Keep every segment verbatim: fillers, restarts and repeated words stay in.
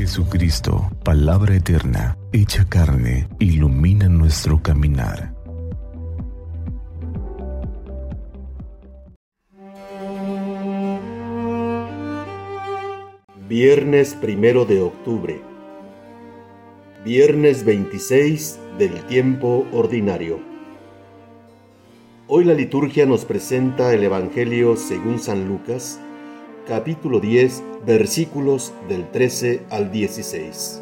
Jesucristo, palabra eterna, hecha carne, ilumina nuestro caminar. Viernes primero de octubre. Viernes veintiséis del tiempo ordinario. Hoy la liturgia nos presenta el Evangelio según San Lucas, capítulo diez, versículos del trece al dieciséis.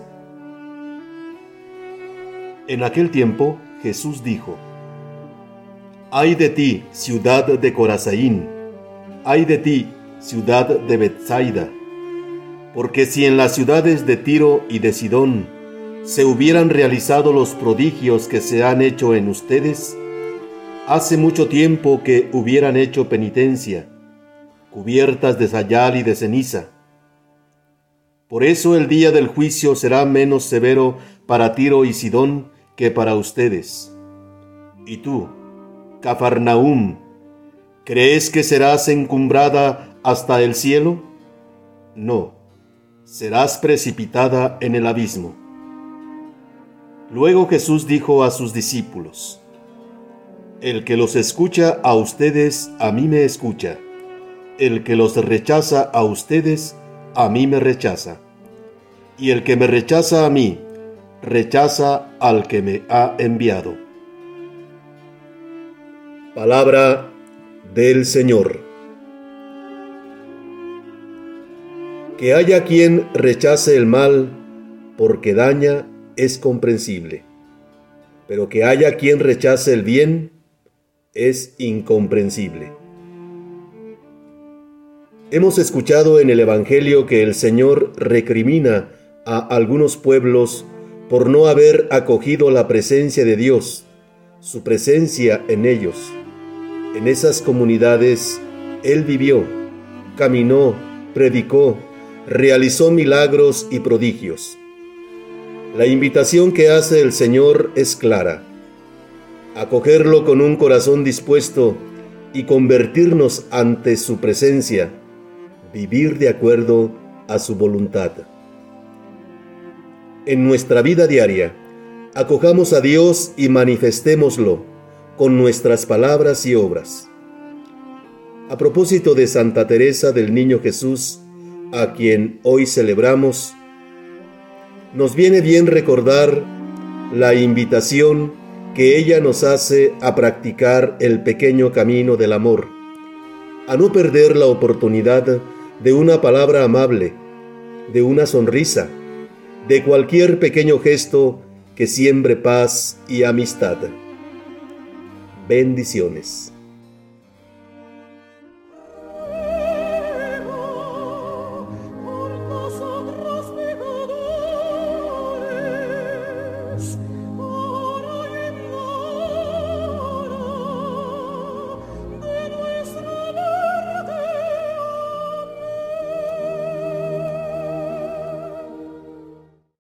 En aquel tiempo Jesús dijo: Ay de ti, ciudad de Corazaín, ay de ti, ciudad de Betsaida, porque si en las ciudades de Tiro y de Sidón se hubieran realizado los prodigios que se han hecho en ustedes, hace mucho tiempo que hubieran hecho penitencia, cubiertas de sayal y de ceniza. Por eso el día del juicio será menos severo para Tiro y Sidón que para ustedes. Y tú, Cafarnaúm, ¿crees que serás encumbrada hasta el cielo? No, serás precipitada en el abismo. Luego Jesús dijo a sus discípulos: El que los escucha a ustedes, a mí me escucha. El que los rechaza a ustedes, a mí me rechaza. Y el que me rechaza a mí, rechaza al que me ha enviado. Palabra del Señor. Que haya quien rechace el mal porque daña es comprensible, pero que haya quien rechace el bien es incomprensible. Hemos escuchado en el Evangelio que el Señor recrimina a algunos pueblos por no haber acogido la presencia de Dios, su presencia en ellos. En esas comunidades Él vivió, caminó, predicó, realizó milagros y prodigios. La invitación que hace el Señor es clara: acogerlo con un corazón dispuesto y convertirnos ante su presencia, vivir de acuerdo a su voluntad. En nuestra vida diaria, acojamos a Dios y manifestémoslo con nuestras palabras y obras. A propósito de Santa Teresa del Niño Jesús, a quien hoy celebramos, nos viene bien recordar la invitación que ella nos hace a practicar el pequeño camino del amor, a no perder la oportunidad de una palabra amable, de una sonrisa, de cualquier pequeño gesto que siembre paz y amistad. Bendiciones.